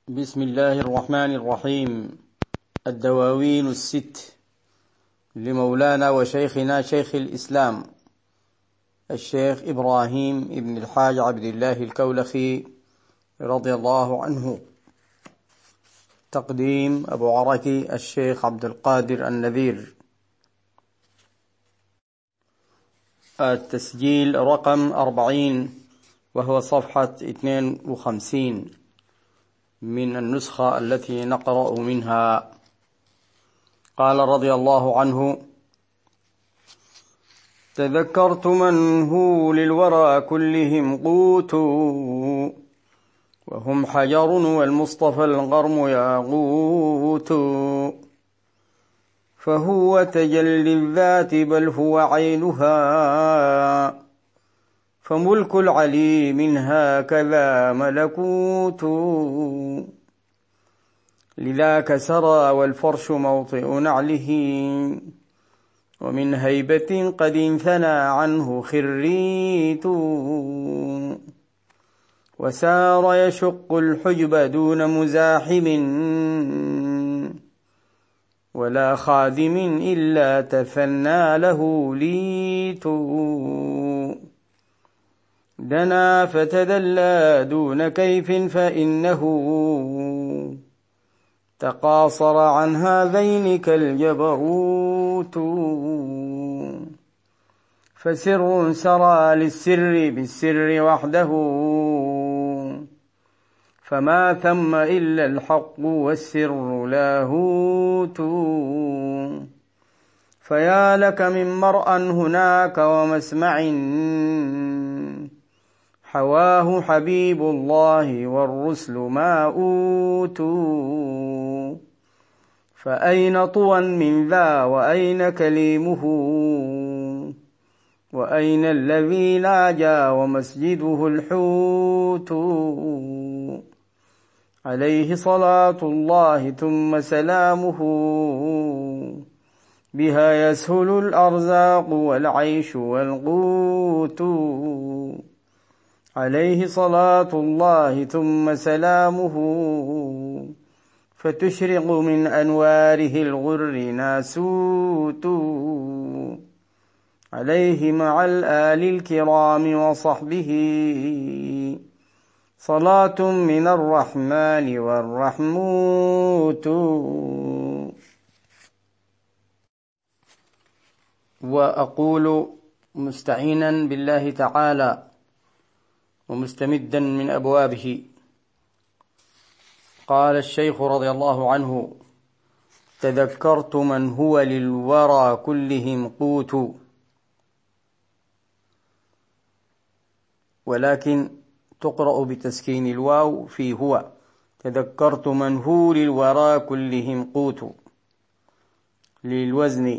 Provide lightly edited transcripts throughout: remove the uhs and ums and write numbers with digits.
بسم الله الرحمن الرحيم. الدواوين الست لمولانا وشيخنا شيخ الإسلام الشيخ إبراهيم ابن الحاج عبد الله الكولخي رضي الله عنه. تقديم أبو عركي الشيخ عبد القادر النذير. التسجيل رقم 40 وهو صفحة 52 من النسخة التي نقرأ منها. قال رضي الله عنه: تذكرت من هو للورى كلهم قوت، وهم حجر والمصطفى الغرم ياقوت، فهو تجلي الذات بل هو عينها، فملك العليم هكذا ملكوت، لذاك سرى والفرش موطئ نعله، ومن هيبة قد انثنى عنه خريت، وسار يشق الحجب دون مزاحم، ولا خادم إلا تثنى له ليت، دنا فتدلى دون كيف فإنه تقاصر عن هذين كالجبروت، فسر سرى للسر بالسر وحده، فما ثم إلا الحق والسر لاهوت، فيا لك من مرأى هناك ومسمع حواه حبيب الله والرسل ما أوتوا، فأين طوى من ذا وأين كليمه، وأين الذي لاجا ومسجده الحوت، عليه صلاة الله ثم سلامه، بها يسهل الأرزاق والعيش والقوت، عليه صلاة الله ثم سلامه، فتشرق من أنواره الغر ناسوت، عليه مع الآل الكرام وصحبه صلاة من الرحمن والرحموت. وأقول مستعينا بالله تعالى ومستمدا من أبوابه. قال الشيخ رضي الله عنه: تذكرت من هو للورى كلهم قوت، ولكن تقرأ بتسكين الواو في هو. تذكرت من هو للورى كلهم قوت، للوزن.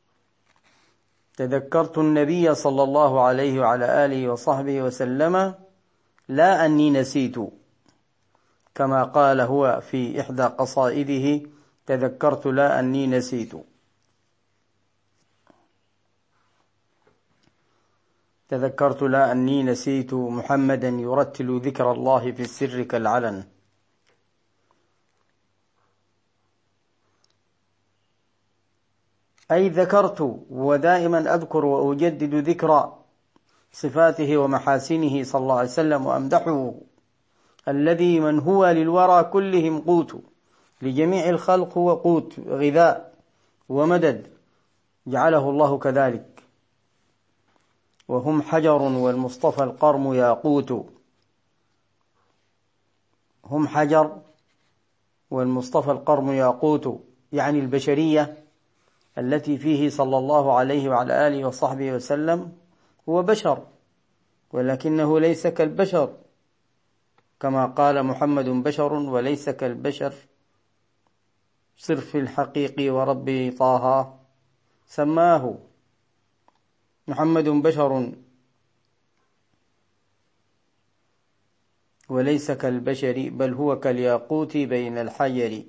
تذكرت النبي صلى الله عليه وعلى آله وصحبه وسلم لا أني نسيت، كما قال هو في إحدى قصائده: تذكرت لا أني نسيت. تذكرت لا أني نسيت محمدا يرتل ذكر الله في السر كالعلن. أي ذكرت، ودائما أذكر وأجدد ذكر صفاته ومحاسنه صلى الله عليه وسلم وأمدحه، الذي من هو للورى كلهم قوت، لجميع الخلق هو قوت، غذاء ومدد، جعله الله كذلك. وهم حجر والمصطفى القرم ياقوت. هم حجر والمصطفى القرم ياقوت، يعني البشرية التي فيه صلى الله عليه وعلى آله وصحبه وسلم هو بشر، ولكنه ليس كالبشر، كما قال محمد بشر وليس كالبشر، صرف الحقيق وربي طه سماه. محمد بشر وليس كالبشر، بل هو كالياقوت بين الحجر.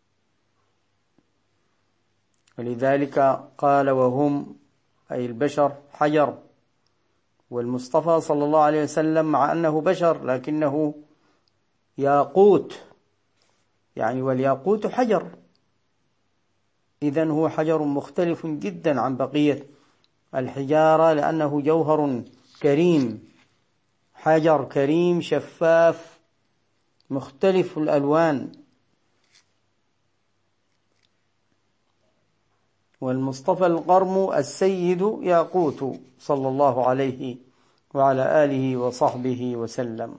ولذلك قال: وهم أي البشر حجر، والمصطفى صلى الله عليه وسلم مع أنه بشر لكنه ياقوت، يعني والياقوت حجر، إذن هو حجر مختلف جدا عن بقية الحجارة، لأنه جوهر كريم، حجر كريم شفاف مختلف الألوان. والمصطفى القرم السيد ياقوت صلى الله عليه وعلى آله وصحبه وسلم.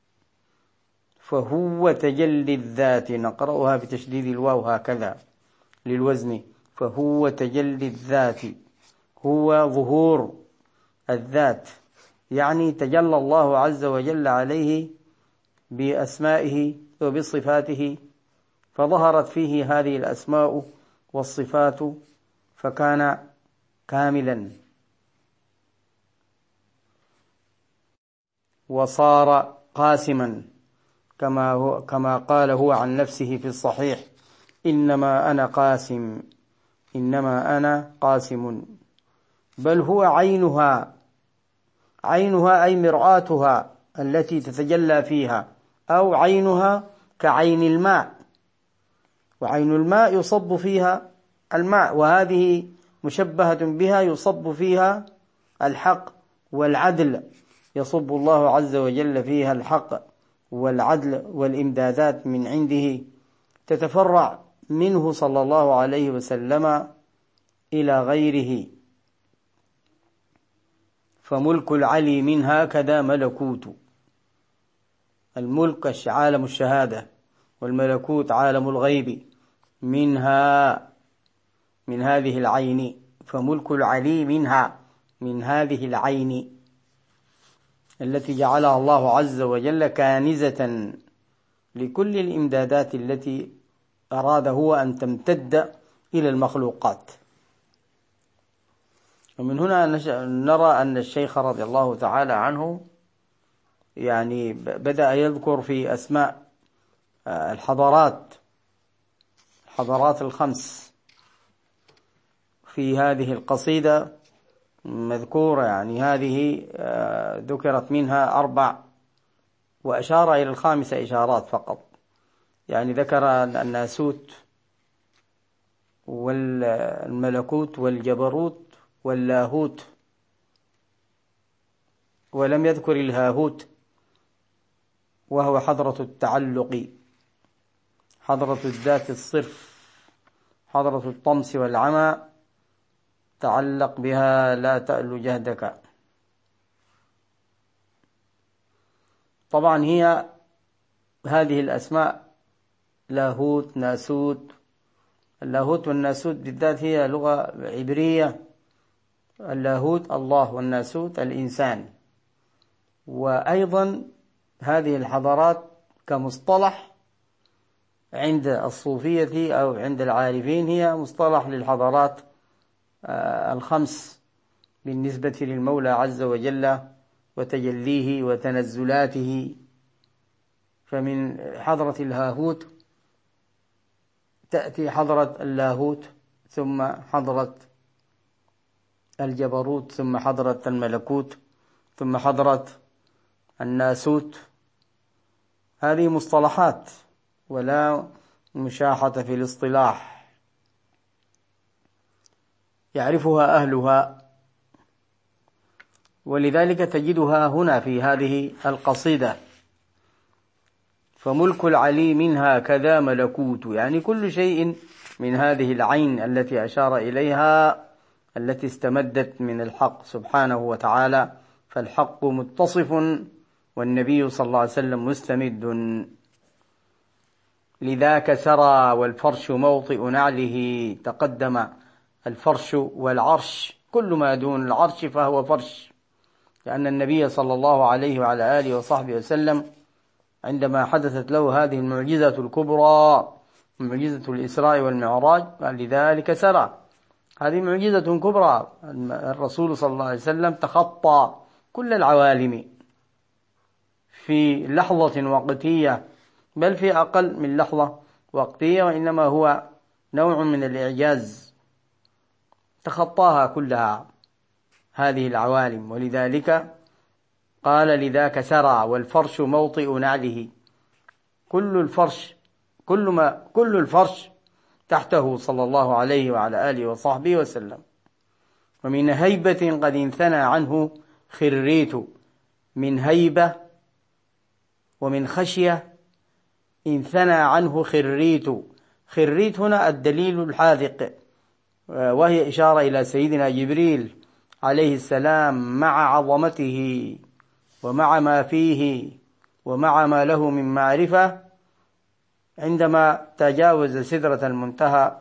فهو تجلي الذات، نقرأها بتشديد الواو هكذا للوزن، فهو تجلي الذات، هو ظهور الذات، يعني تجلى الله عز وجل عليه بأسمائه وبصفاته، فظهرت فيه هذه الأسماء والصفات، فكان كاملا، وصار قاسما، كما قال هو عن نفسه في الصحيح: إنما أنا قاسم، إنما أنا قاسم. بل هو عينها، عينها أي مرآتها التي تتجلى فيها، أو عينها كعين الماء، وعين الماء يصب فيها الماء، وهذه مشبهة بها يصب فيها الحق والعدل، يصب الله عز وجل فيها الحق والعدل والإمدادات من عنده، تتفرع منه صلى الله عليه وسلم إلى غيره. فملك العلي منها كذا ملكوت، الملك عالم الشهادة، والملكوت عالم الغيب، منها من هذه العين، فملك العلي منها من هذه العين التي جعلها الله عز وجل كانزة لكل الإمدادات التي أراد هو أن تمتد إلى المخلوقات. ومن هنا نرى أن الشيخ رضي الله تعالى عنه يعني بدأ يذكر في أسماء الحضارات الخمس في هذه القصيدة مذكورة، يعني هذه ذكرت منها 4، وأشار إلى الخامسة إشارات فقط، يعني ذكر الناسوت والملكوت والجبروت واللاهوت، ولم يذكر الهاهوت، وهو حضرة التعلق، حضرة الذات الصرف، حضرة الطمس والعمى، تعلق بها لا تأل جهدك. طبعا هي هذه الأسماء لاهوت، ناسوت، اللاهوت والناسوت بالذات هي لغة عبرية، اللاهوت الله والناسوت الإنسان. وأيضا هذه الحضارات كمصطلح عند الصوفية أو عند العارفين هي مصطلح للحضارات الخمس بالنسبة للمولى عز وجل وتجليه وتنزلاته. فمن حضرة الهاهوت تأتي حضرة اللاهوت، ثم حضرة الجبروت، ثم حضرة الملكوت، ثم حضرة الناسوت. هذه مصطلحات ولا مشاحة في الاصطلاح، يعرفها أهلها، ولذلك تجدها هنا في هذه القصيدة: فملك العلي منها كذا ملكوت، يعني كل شيء من هذه العين التي أشار إليها، التي استمدت من الحق سبحانه وتعالى، فالحق متصف والنبي صلى الله عليه وسلم مستمد. لذاك سرى والفرش موطئ نعله، تقدم الفرش والعرش، كل ما دون العرش فهو فرش، لأن النبي صلى الله عليه وعلى آله وصحبه وسلم عندما حدثت له هذه المعجزة الكبرى، معجزة الإسراء والمعراج، قال لذلك سرى، هذه معجزة كبرى. الرسول صلى الله عليه وسلم تخطى كل العوالم في لحظة وقتية، بل في أقل من لحظة وقتية، وإنما هو نوع من الإعجاز، تخطاها كلها هذه العوالم. ولذلك قال لذاك سرى والفرش موطئ نعله، كل الفرش، كل الفرش تحته صلى الله عليه وعلى آله وصحبه وسلم. ومن هيبة قد انثنى عنه خريت، من هيبة ومن خشية انثنى عنه خريت. خريت هنا الدليل الحاذق، وهي إشارة إلى سيدنا جبريل عليه السلام مع عظمته ومع ما فيه ومع ما له من معرفة، عندما تجاوز سدرة المنتهى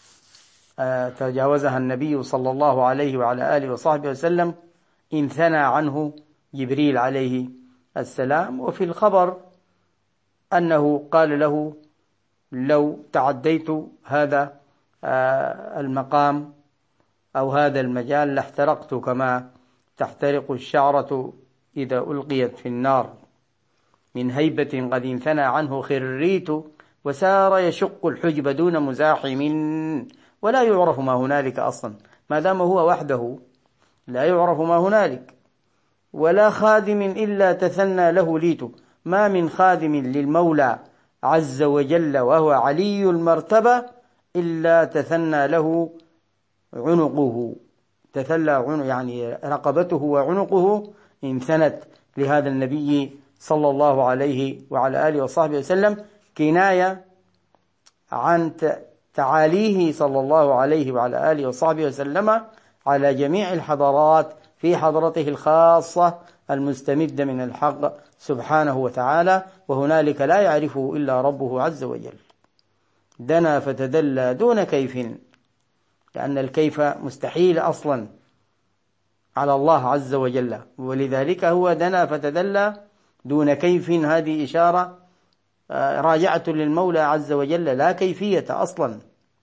تجاوزها النبي صلى الله عليه وعلى آله وصحبه وسلم، انثنى عنه جبريل عليه السلام. وفي الخبر أنه قال له: لو تعديت هذا المقام أو هذا المجال لاحترقت كما تحترق الشعرة إذا ألقيت في النار. من هيبة قد انثنى عنه خريت، وسار يشق الحجب دون مزاحم، ولا يعرف ما هنالك أصلا، ما دام هو وحده لا يعرف ما هنالك. ولا خادم إلا تثنى له ليت، ما من خادم للمولى عز وجل وهو علي المرتبة إلا تثنى له عنقه، يعني رقبته وعنقه انثنت لهذا النبي صلى الله عليه وعلى آله وصحبه وسلم، كناية عن تعاليه صلى الله عليه وعلى آله وصحبه وسلم على جميع الحضارات في حضرته الخاصة المستمدة من الحق سبحانه وتعالى، وهنالك لا يعرفه إلا ربه عز وجل. دنا فتدلى دون كيف، لأن الكيف مستحيل أصلا على الله عز وجل، ولذلك هو دنا فتدلى دون كيف. هذه إشارة راجعة للمولى عز وجل، لا كيفية أصلا،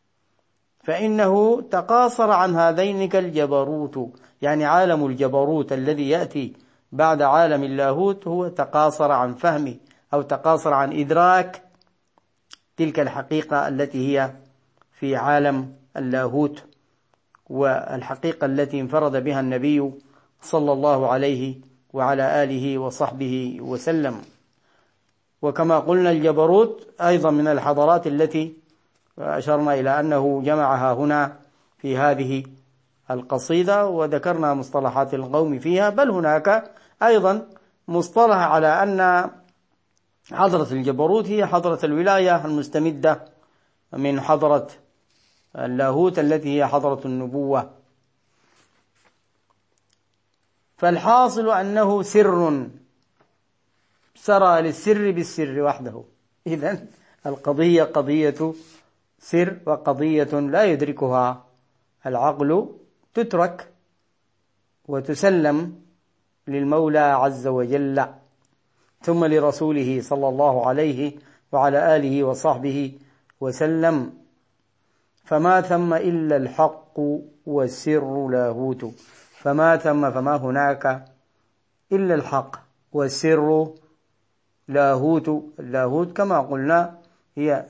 فإنه تقاصر عن هذين كالجبروت، يعني عالم الجبروت الذي يأتي بعد عالم اللاهوت هو تقاصر عن فهمه أو تقاصر عن إدراك تلك الحقيقة التي هي في عالم اللاهوت، والحقيقة التي انفرد بها النبي صلى الله عليه وعلى آله وصحبه وسلم. وكما قلنا الجبروت أيضا من الحضارات التي أشرنا إلى أنه جمعها هنا في هذه القصيدة، وذكرنا مصطلحات القوم فيها، بل هناك أيضا مصطلح على أن حضرة الجبروت هي حضرة الولاية المستمدة من حضرة اللاهوت التي هي حضرة النبوة. فالحاصل أنه سر سرى للسر بالسر وحده. إذن القضية قضية سر، وقضية لا يدركها العقل، تترك وتسلم للمولى عز وجل ثم لرسوله صلى الله عليه وعلى آله وصحبه وسلم. فما ثم إلا الحق والسر لاهوت، فما هناك إلا الحق والسر لاهوت. اللاهوت كما قلنا هي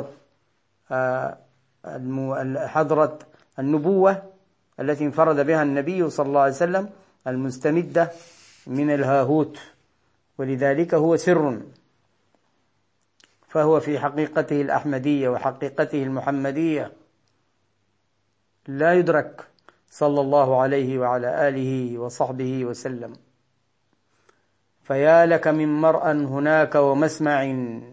حضرة النبوة التي انفرد بها النبي صلى الله عليه وسلم المستمدة من الهاهوت، ولذلك هو سر، فهو في حقيقته الأحمدية وحقيقته المحمدية لا يدرك صلى الله عليه وعلى آله وصحبه وسلم. فيا لك من مرأى هناك ومسمع،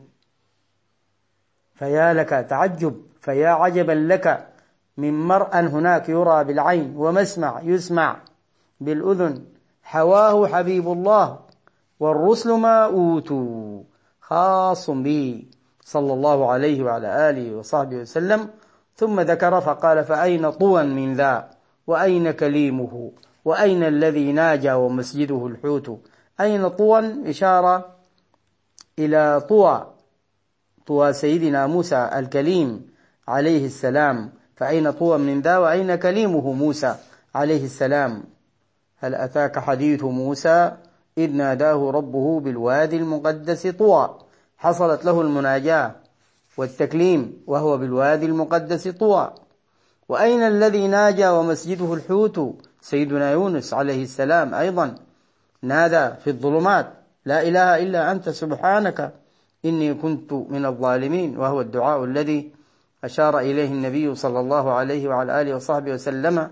فيا لك تعجب، فيا عجبا لك من مرأى هناك يرى بالعين، ومسمع يسمع بالأذن، حواه حبيب الله والرسل ما أوتوا، خاص به صلى الله عليه وعلى آله وصحبه وسلم. ثم ذكر فقال: فأين طوى من ذا وأين كليمه وأين الذي ناجى ومسجده الحوت. أين طوى؟ إشارة إلى طوى سيدنا موسى الكليم عليه السلام. فأين طوى من ذا وأين كليمه موسى عليه السلام. هل أتاك حديث موسى إذ ناداه ربه بالوادي المقدس طوى، حصلت له المناجاة والتكليم وهو بالوادي المقدس طوى. وأين الذي ناجى ومسجده الحوت؟ سيدنا يونس عليه السلام أيضا نادى في الظلمات: لا إله إلا أنت سبحانك إني كنت من الظالمين، وهو الدعاء الذي أشار إليه النبي صلى الله عليه وعلى آله وصحبه وسلم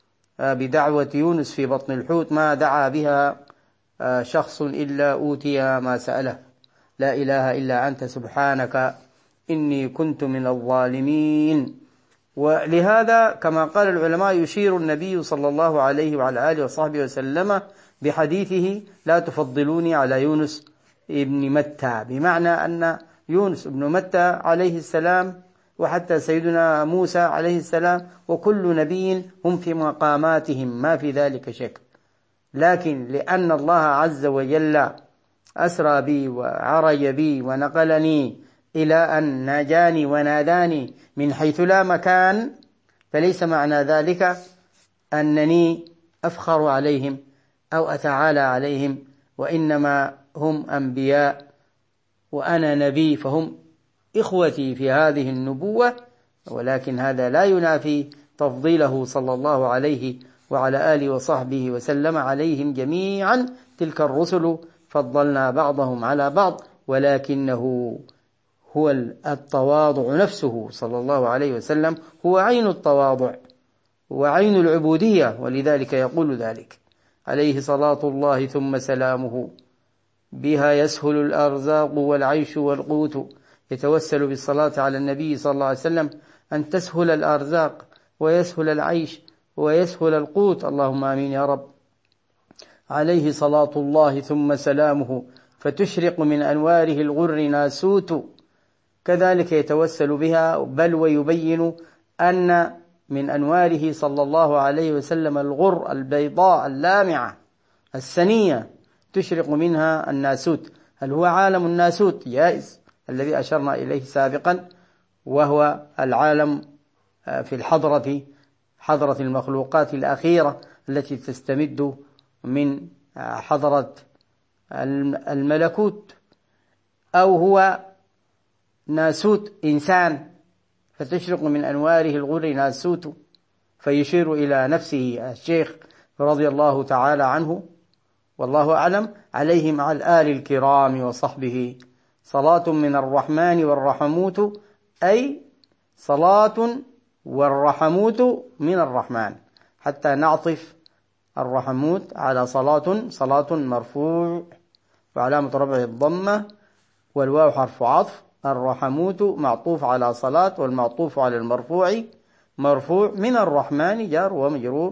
بدعوة يونس في بطن الحوت، ما دعا بها شخص إلا أوتي ما سأله: لا إله إلا أنت سبحانك إني كنت من الظالمين. ولهذا كما قال العلماء يشير النبي صلى الله عليه وعلى آله وصحبه وسلم بحديثه: لا تفضلوني على يونس ابن متى، بمعنى أن يونس ابن متى عليه السلام وحتى سيدنا موسى عليه السلام وكل نبي هم في مقاماتهم، ما في ذلك شك، لكن لأن الله عز وجل أسرى بي وعرج بي ونقلني إلى أن ناجاني وناداني من حيث لا مكان، فليس معنى ذلك أنني أفخر عليهم أو أتعالى عليهم، وإنما هم أنبياء وأنا نبي، فهم إخوتي في هذه النبوة، ولكن هذا لا ينافي تفضيله صلى الله عليه وعلى آله وصحبه وسلم عليهم جميعا. تلك الرسل فضلنا بعضهم على بعض، ولكنه هو التواضع نفسه صلى الله عليه وسلم هو عين التواضع وعين العبودية، ولذلك يقول ذلك عليه صلاة الله ثم سلامه: بها يسهل الأرزاق والعيش والقوت. يتوسل بالصلاة على النبي صلى الله عليه وسلم أن تسهل الأرزاق ويسهل العيش ويسهل القوت، اللهم آمين يا رب. عليه صلاة الله ثم سلامه فتشرق من أنواره الغر ناسوت. كذلك يتوسل بها، بل ويبين أن من أنواره صلى الله عليه وسلم الغر البيضاء اللامعة السنية تشرق منها الناسوت. هل هو عالم الناسوت جائز الذي أشرنا إليه سابقا، وهو العالم في حضرة المخلوقات الأخيرة التي تستمد من حضرة الملكوت، أو هو ناسوت إنسان فتشرق من أنواره الغر ناسوت، فيشير إلى نفسه الشيخ رضي الله تعالى عنه والله أعلم. عليه مع الآل الكرام وصحبه صلاة من الرحمن والرحموت، أي صلاة والرحموت من الرحمن، حتى نعطف الرحموت على صلاة مرفوع وعلامة رفعه الضمة والواو حرف عطف، الرحموت معطوف على صلاة والمعطوف على المرفوع مرفوع، من الرحمن جار ومجرور.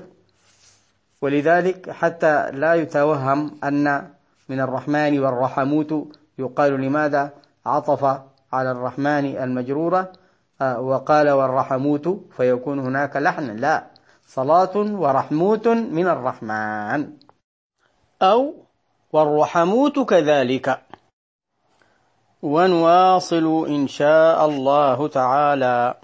ولذلك حتى لا يتوهم أن من الرحمن والرحموت يقال لماذا عطف على الرحمن المجرورة وقال والرحموت فيكون هناك لحن، لا، صلاة ورحموت من الرحمن، أو والرحموت كذلك. ونواصل إن شاء الله تعالى.